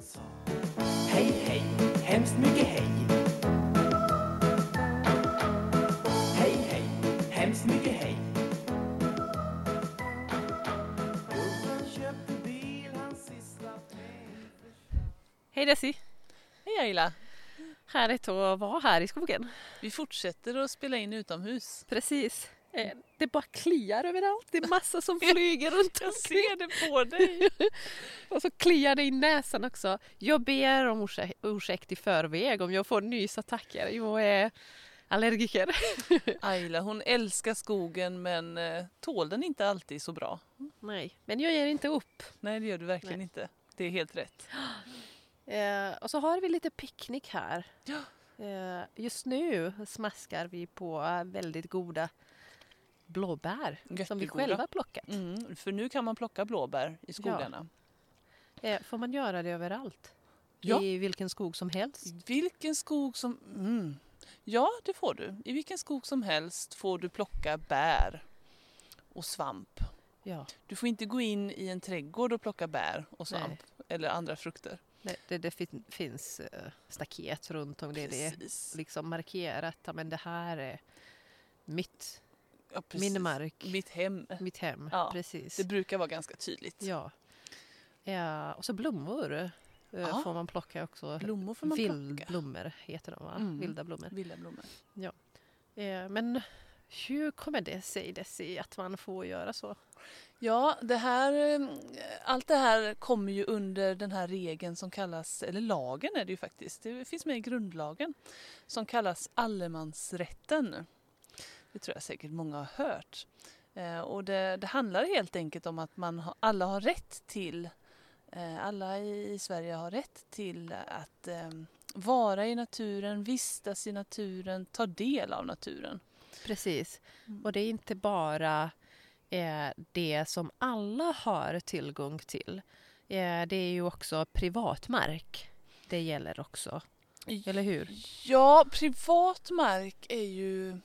sa hej, hej, hemskt mycket hej. Hej, hej, hemskt mycket hej. Gubben köpte bil, hans sista pengar. Hej Desi, Hej Ayla! härligt att vara här i skogen. Vi fortsätter att spela in utomhus. Precis. Det bara kliar överallt. Det är massa som flyger runt Jag omkring. ser det på dig! Och så kliar det i näsan också. Jag ber om ursäkt i förväg om jag får nysattacker. Jag är allergiker. Ayla, hon älskar skogen men tål den inte alltid så bra. Nej, men jag ger inte upp. Nej, det gör du verkligen Nej. inte. Det är helt rätt. Och så har vi lite picknick här. Ja. Just nu smaskar vi på väldigt goda blåbär som vi Jättegoda. själva plockat. För nu kan man plocka blåbär i skogarna. Får man göra det överallt? Ja. I vilken skog som helst? I vilken skog som... Ja, det får du. I vilken skog som helst får du plocka bär och svamp. Ja. Du får inte gå in i en trädgård och plocka bär och svamp eller andra frukter. Det finns staket runt om det. Det är Precis. liksom markerat. Ja, men det här är mitt, Ja, precis. min mark, Mitt hem. mitt hem. Ja, Precis. Det brukar vara ganska tydligt. Ja. Och så blommor Ja. får man plocka också. Blommor får man plocka. Vildblommor heter de, va? Mm. Vilda blommor. Vilda blommor. Men hur kommer det sig Desi, att man får göra så? Ja, allt det här kommer ju under den här regeln som kallas, eller lagen är det ju faktiskt, det finns med i grundlagen, som kallas allemansrätten. Det tror jag säkert många har hört. Och det handlar helt enkelt om att alla har rätt till, alla i Sverige har rätt till att vara i naturen, vistas i naturen, ta del av naturen. Precis. Och det är inte bara det som alla har tillgång till. Det är ju också privatmark. Det gäller också. Eller hur? Ja, privat mark är ju...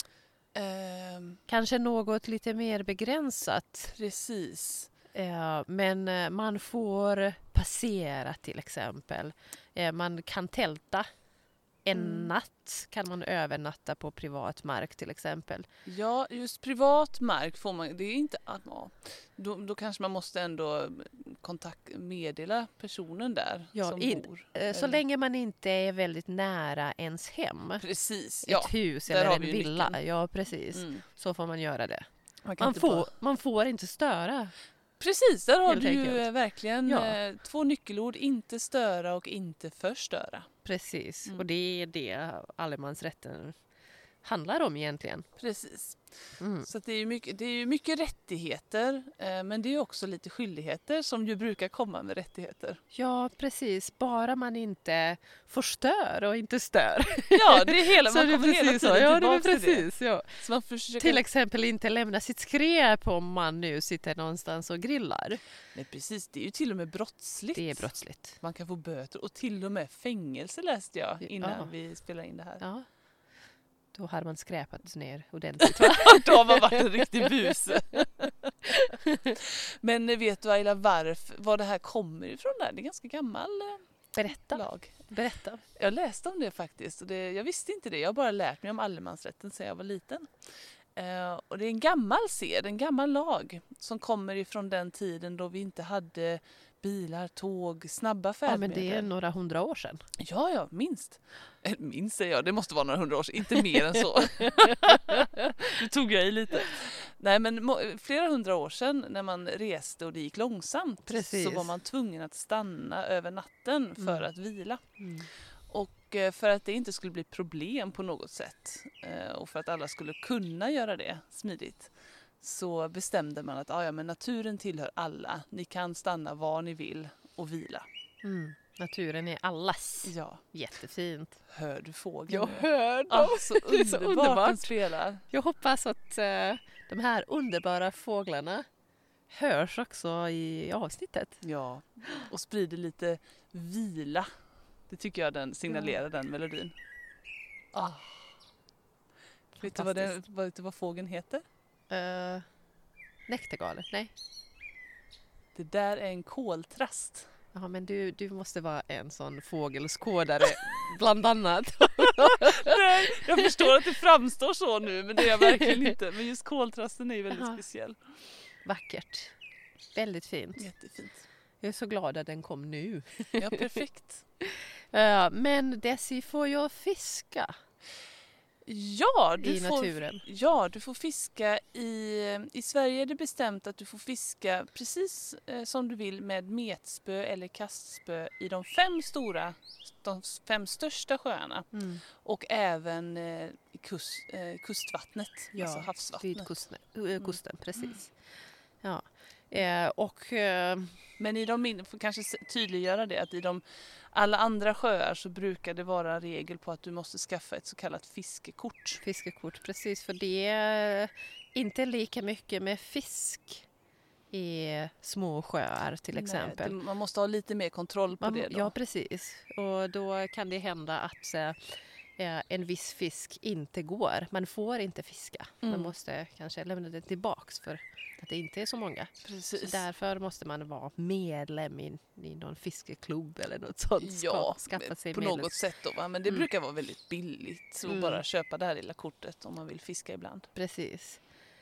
Kanske något lite mer begränsat. Precis. Men man får passera till exempel. Man kan tälta. En natt kan man övernatta på privat mark till exempel. Ja, just privat mark får man... Det är inte... Ja, då kanske man måste ändå meddela personen där som bor. Så länge man inte är väldigt nära ens hem. Precis, Ett hus där eller har en vi ju villa. nyckeln. Ja, precis. Så får man göra det. kan inte Man får inte störa. Precis, där har Helt du ju enkelt. verkligen två nyckelord. Inte störa och inte förstöra. Precis. Och det är det allemansrätten handlar om egentligen. Precis. Så att det är ju mycket rättigheter, men det är också lite skyldigheter som ju brukar komma med rättigheter. Ja, precis. Bara man inte förstör och inte stör. Ja, det är hela, Så man det är kommer hela precis så. tiden Ja, det är tillbaka till det. precis. Ja. Så man försöker... Till exempel inte lämna sitt skräp om man nu sitter någonstans och grillar. Nej, precis. Det är ju till och med brottsligt. Det är brottsligt. Man kan få böter och till och med fängelse läste jag innan Ja. vi spelade in det här. Ja. Då har man skräpat ner ordentligt. Då har man varit en riktig buse. Men vet du Ayla, var det här kommer ifrån där? Det är ganska gammal lag. Berätta. Jag läste om det faktiskt och jag visste inte det. Jag har bara lärt mig om allemansrätten sedan jag var liten. Och det är en gammal lag som kommer ifrån den tiden då vi inte hade bilar, tåg, snabba färdmedel. Ja, men det är några 100 år sedan. Ja, minst. Minst säger jag, det måste vara några 100 år sedan, inte mer än så. Nu tog jag i lite. Nej, men flera 100 år sedan när man reste och det gick långsamt. Precis. Så var man tvungen att stanna över natten för att vila. Och för att det inte skulle bli problem på något sätt och för att alla skulle kunna göra det smidigt så bestämde man att men naturen tillhör alla. Ni kan stanna var ni vill och vila. Naturen är allas. Ja. Jättefint. Hör du fågeln? Jag hör dem. Så Det är så underbart. den spelar. Jag hoppas att de här underbara fåglarna hörs också i avsnittet. Ja, och sprider lite vila. Det tycker jag den signalerar, den melodin. Vet du vad fågeln heter? Näktergaler? Nej. Det där är en koltrast. Ja, men du måste vara en sån fågelskådare bland annat. Nej, jag förstår att det framstår så nu, men det är jag verkligen inte. Men just koltrasten är ju väldigt Ja. speciell. Vackert. Väldigt fint. Jättefint. Jag är så glad att den kom nu. Ja, perfekt. Men Desi, får jag fiska Ja, i naturen? Ja, du får fiska i Sverige är det bestämt att du får fiska precis som du vill med metspö eller kastspö i de 5 största sjöarna Mm. och även i kustvattnet, Ja, alltså havsvattnet. vid kusten, precis. Ja. Men i de mindre, får kanske tydliggöra det, att i alla andra sjöar så brukar det vara regel på att du måste skaffa ett så kallat fiskekort. Fiskekort, precis. För det är inte lika mycket med fisk i små sjöar till exempel. Nej, man måste ha lite mer kontroll på det då. Ja, precis. Och då kan det hända att en viss fisk inte går. Man får inte fiska. Man måste kanske lämna det tillbaks för att det inte är så många. Precis. Så därför måste man vara medlem i någon fiskeklubb eller något sånt. Ja, skaffa sig på något sätt då, va? Men det brukar vara väldigt billigt att bara köpa det här lilla kortet om man vill fiska ibland. Precis.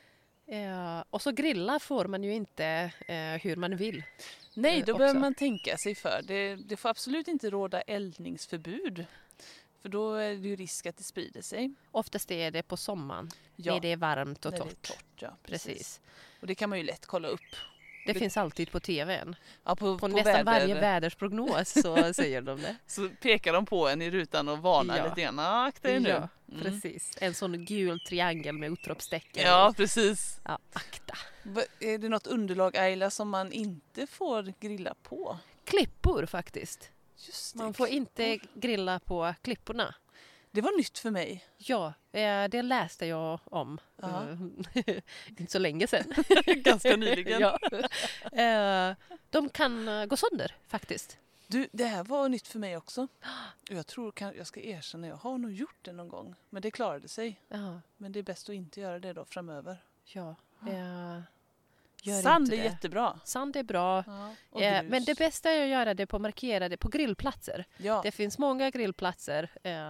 Och så grilla får man ju inte hur man vill. Nej, då också. behöver man tänka sig för. Det får absolut inte råda eldningsförbud. För då är det ju risk att det sprider sig. Oftast är det på sommaren. Ja, När det är varmt och när det är torrt. torrt. Ja, Precis. Och det kan man ju lätt kolla upp. Det finns alltid på tvn. Ja, På nästan varje vädersprognos så säger de det. Så pekar de på en i rutan och varnar Ja. lite grann. Akta er nu. Ja, precis. En sån gul triangel med utropstecken. Ja, precis. Ja, akta. Är det något underlag, Ayla, som man inte får grilla på? Klippor faktiskt. Just det. Man får inte grilla på klipporna. Det var nytt för mig. Ja, det läste jag om. Ja. Inte så länge sedan. Ganska nyligen. Ja. De kan gå sönder faktiskt. Du, det här var nytt för mig också. Jag tror, jag ska erkänna, jag har nog gjort det någon gång. Men det klarade sig. Ja, Men det är bäst att inte göra det då framöver. ja. Gör Sand inte är det. jättebra. Sand är bra. Ja, och grus. Men det bästa är att göra det på markerade, på grillplatser. Ja, Det finns många grillplatser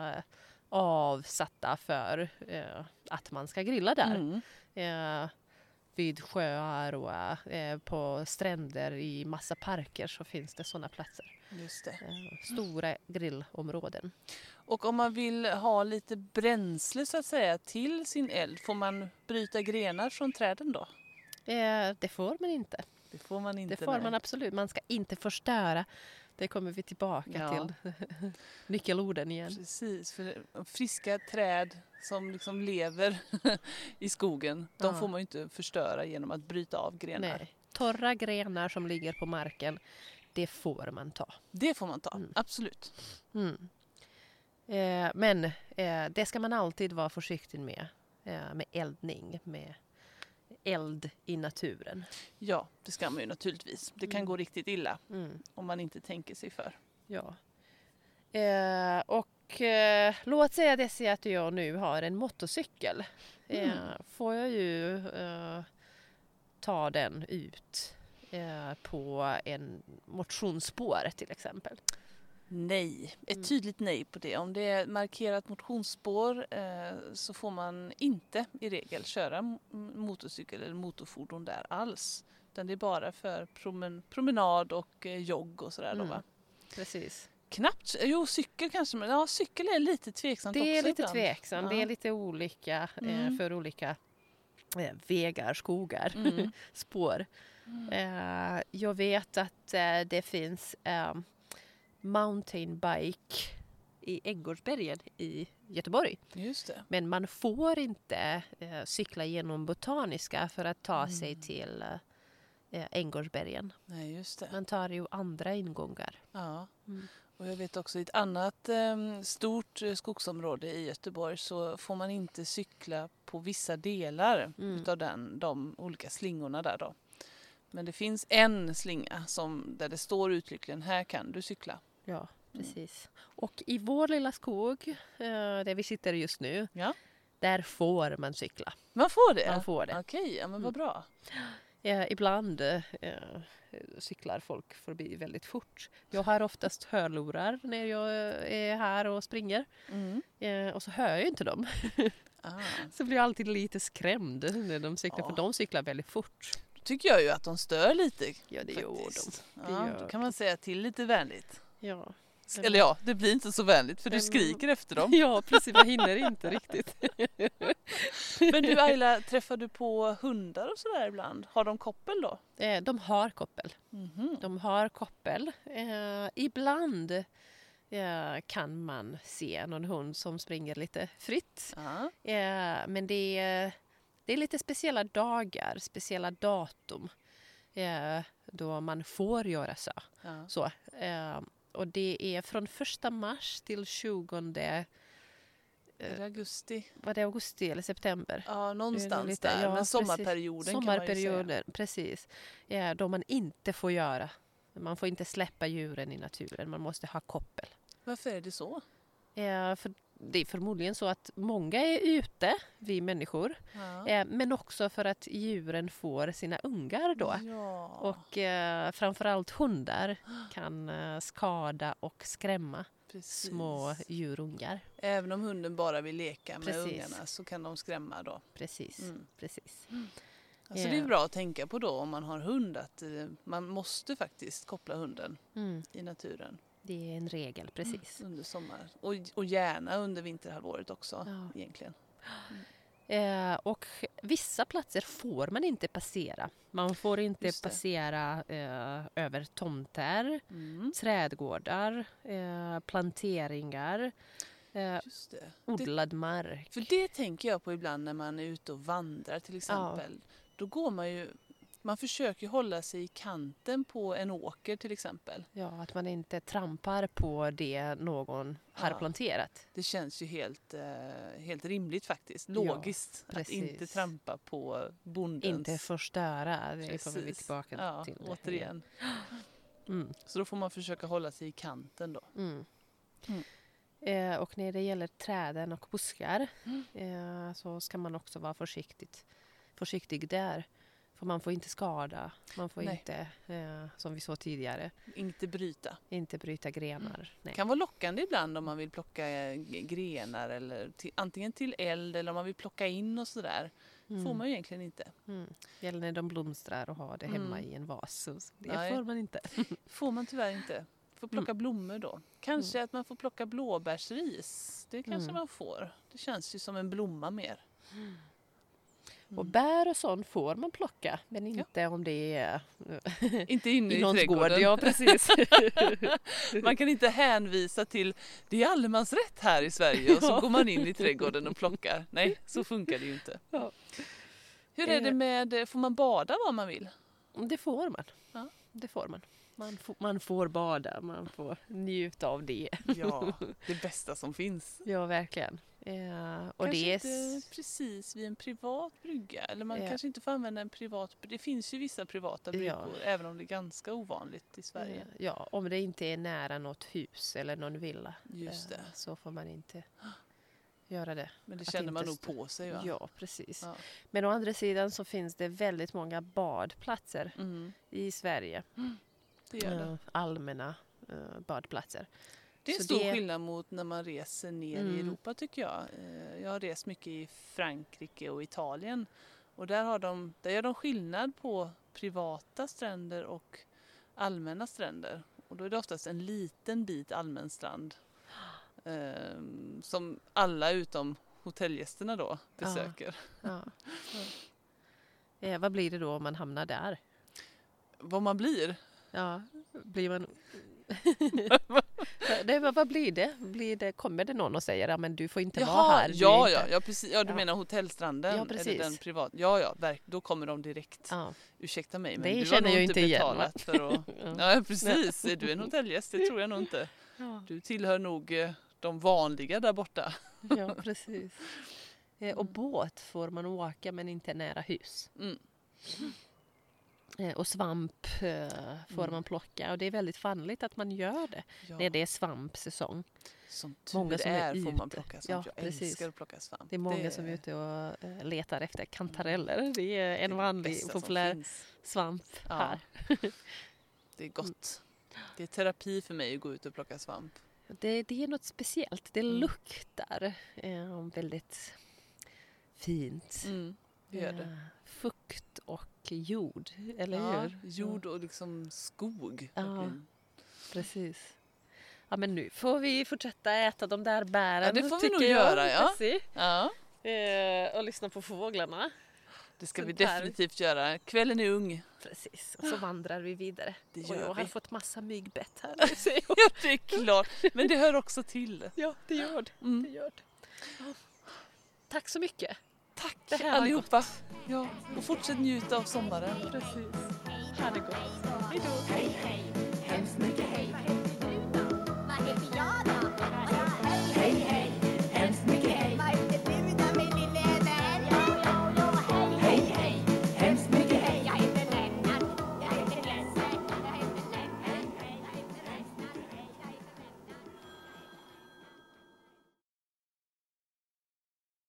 avsatta för att man ska grilla där. Vid sjöar och på stränder i massa parker så finns det sådana platser. just det. Stora grillområden. Och om man vill ha lite bränsle så att säga till sin eld, får man bryta grenar från träden då? Det får man inte. Det får man inte. Det får man absolut. Man ska inte förstöra. Det kommer vi tillbaka till. Nyckelorden igen. Precis, för friska träd som liksom lever i skogen, de får man ju inte förstöra genom att bryta av grenar. Nej. Torra grenar som ligger på marken, det får man ta. Det får man ta, absolut. Mm. Men det ska man alltid vara försiktig med eldning, med eld i naturen. Ja, det ska man ju naturligtvis. Det kan gå riktigt illa om man inte tänker sig för. Ja. Låt säga Desi att jag nu har en motorcykel. Får jag ju ta den ut på en motionsspår till exempel? Nej, ett tydligt nej på det. Om det är markerat motionsspår så får man inte i regel köra motorcykel eller motorfordon där alls. Utan det är bara för promenad och jogg och sådär då, va? Precis. Knappt, cykel kanske, men ja, cykel är lite tveksamt också. Det är lite ibland. tveksamt, Ja. det är lite olika för olika vägar, skogar, spår. Jag vet att det finns mountainbike i Änggårdsbergen i Göteborg. Just det. Men man får inte cykla genom Botaniska för att ta sig till Änggårdsbergen. Nej, just det. Man tar ju andra ingångar. Ja. Och jag vet också i ett annat stort skogsområde i Göteborg så får man inte cykla på vissa delar utav de olika slingorna där då. Men det finns en slinga där det står uttryckligen, här kan du cykla. Ja, precis. Och i vår lilla skog, där vi sitter just nu, där får man cykla. Man får det? Man får det. Okej, ja, men vad bra. Ibland cyklar folk förbi väldigt fort. Jag har oftast hörlurar när jag är här och springer. Och så hör jag inte dem. Så blir jag alltid lite skrämd när de cyklar, för de cyklar väldigt fort. Då tycker jag ju att de stör lite. Ja, det gör de. Då kan man säga till lite vänligt. Ja. Eller ja, det blir inte så vänligt för du skriker efter dem. Ja, precis. Jag hinner inte riktigt. Men du Ayla, träffar du på hundar och sådär ibland? Har de koppel då? De har koppel. De har koppel. Ibland kan man se någon hund som springer lite fritt. Men det är lite speciella dagar, speciella datum då man får göra så. Och det är från 1 mars till 20 augusti. Var det augusti eller september? Ja, någonstans lite, där. ja, men sommarperioden kan man ju säga. Precis. Då man inte får göra. Man får inte släppa djuren i naturen. Man måste ha koppel. Varför är det så? För det är förmodligen så att många är ute, vi människor. Men också för att djuren får sina ungar då. Ja. Och framförallt hundar kan skada och skrämma små djurungar. Även om hunden bara vill leka med ungarna så kan de skrämma då. Precis. Alltså det är bra att tänka på då om man har hund att man måste faktiskt koppla hunden i naturen. Det är en regel, precis. Under sommar. Och gärna under vinterhalvåret också egentligen. Och vissa platser får man inte passera. Man får inte passera över tomter, trädgårdar, planteringar, odlad mark. För det tänker jag på ibland när man är ute och vandrar till exempel. Då går man försöker hålla sig i kanten på en åker till exempel. Ja, att man inte trampar på det någon har planterat. Det känns ju helt rimligt faktiskt. Logiskt att inte trampa på bondens. Inte förstöra, det kommer vi tillbaka till. Återigen. Så då får man försöka hålla sig i kanten då. Och när det gäller träden och buskar så ska man också vara försiktig där. För man får inte skada, man får inte, som vi sa tidigare, inte bryta grenar. Det kan vara lockande ibland om man vill plocka grenar eller antingen till eld eller om man vill plocka in och sådär. Får man ju egentligen inte. Eller när de blomstrar och har det hemma i en vas. Så det får man inte. Får man tyvärr inte. Får plocka blommor då. Kanske att man får plocka blåbärsris. Det kanske man får. Det känns ju som en blomma mer. Och bär och sånt får man plocka, men inte om det är inte inne i trädgården. Gård. Ja, precis. Man kan inte hänvisa till det är allemansrätt här i Sverige och så går man in i trädgården och plockar. Nej, så funkar det ju inte. Hur är det med, får man bada vad man vill? Det får man. Det får man. Man får bada, man får njuta av det. Ja, det bästa som finns. Ja, verkligen. Och kanske det inte precis vid en privat brygga. Eller man kanske inte får använda en privat. Det finns ju vissa privata bryggor, även om det är ganska ovanligt i Sverige. Ja, om det inte är nära något hus eller någon villa. Just det. Så får man inte göra det. Men det känner man nog på sig, va? Ja, precis. Ja. Men å andra sidan så finns det väldigt många badplatser i Sverige. Det gör det. Allmänna badplatser. Det är en stor skillnad mot när man reser ner i Europa tycker jag. Jag har rest mycket i Frankrike och Italien. Och där gör de skillnad på privata stränder och allmänna stränder. Och då är det oftast en liten bit allmän strand. Som alla utom hotellgästerna då besöker. Vad blir det då om man hamnar där? Vad man blir? Ja, blir man... vad blir det? Kommer det någon och säger att du får inte vara här? Ja, precis. Ja, du menar hotellstranden? Ja, precis. Eller den privat? Ja, då kommer de direkt. Ja. Ursäkta mig, men det du känner har nog inte betalat för att... Ja, precis. Är du en hotellgäst? Det tror jag nog inte. Ja. Du tillhör nog de vanliga där borta. Ja, precis. Och båt får man åka, men inte nära hus. Och svamp får man plocka. Och det är väldigt vanligt att man gör det när det är svampsäsong. Som Många tur som är är får man ute. plocka svamp. Ja, Jag precis. älskar att plocka svamp. Det är många som är ute och letar efter kantareller. Det är en vanlig bästa som populär finns. svamp Ja. här. Det är gott. Det är terapi för mig att gå ut och plocka svamp. Det är något speciellt. Det luktar väldigt fint. Det gör det. Fukt och jord, eller hur? Jord och liksom skog. Ja. Verkligen. Precis. Ja, men nu får vi fortsätta äta de där bären. Ja, det får vi tycker nog jag, göra, ja. Bessie. Ja, Och lyssna på fåglarna. det ska Sånt vi där. definitivt göra. Kvällen är ung. Precis. Och så vandrar vi vidare. Det Och gör jag har vi. fått massa myggbett här. Ja, det är klart. Men det hör också till. Ja, det gör det. Mm. Det gör det. Ja. Tack så mycket. Tack Det här var allihopa. Ja, och fortsätt njuta av sommaren. Precis. Ha det gott. Hej då. Hej, hej.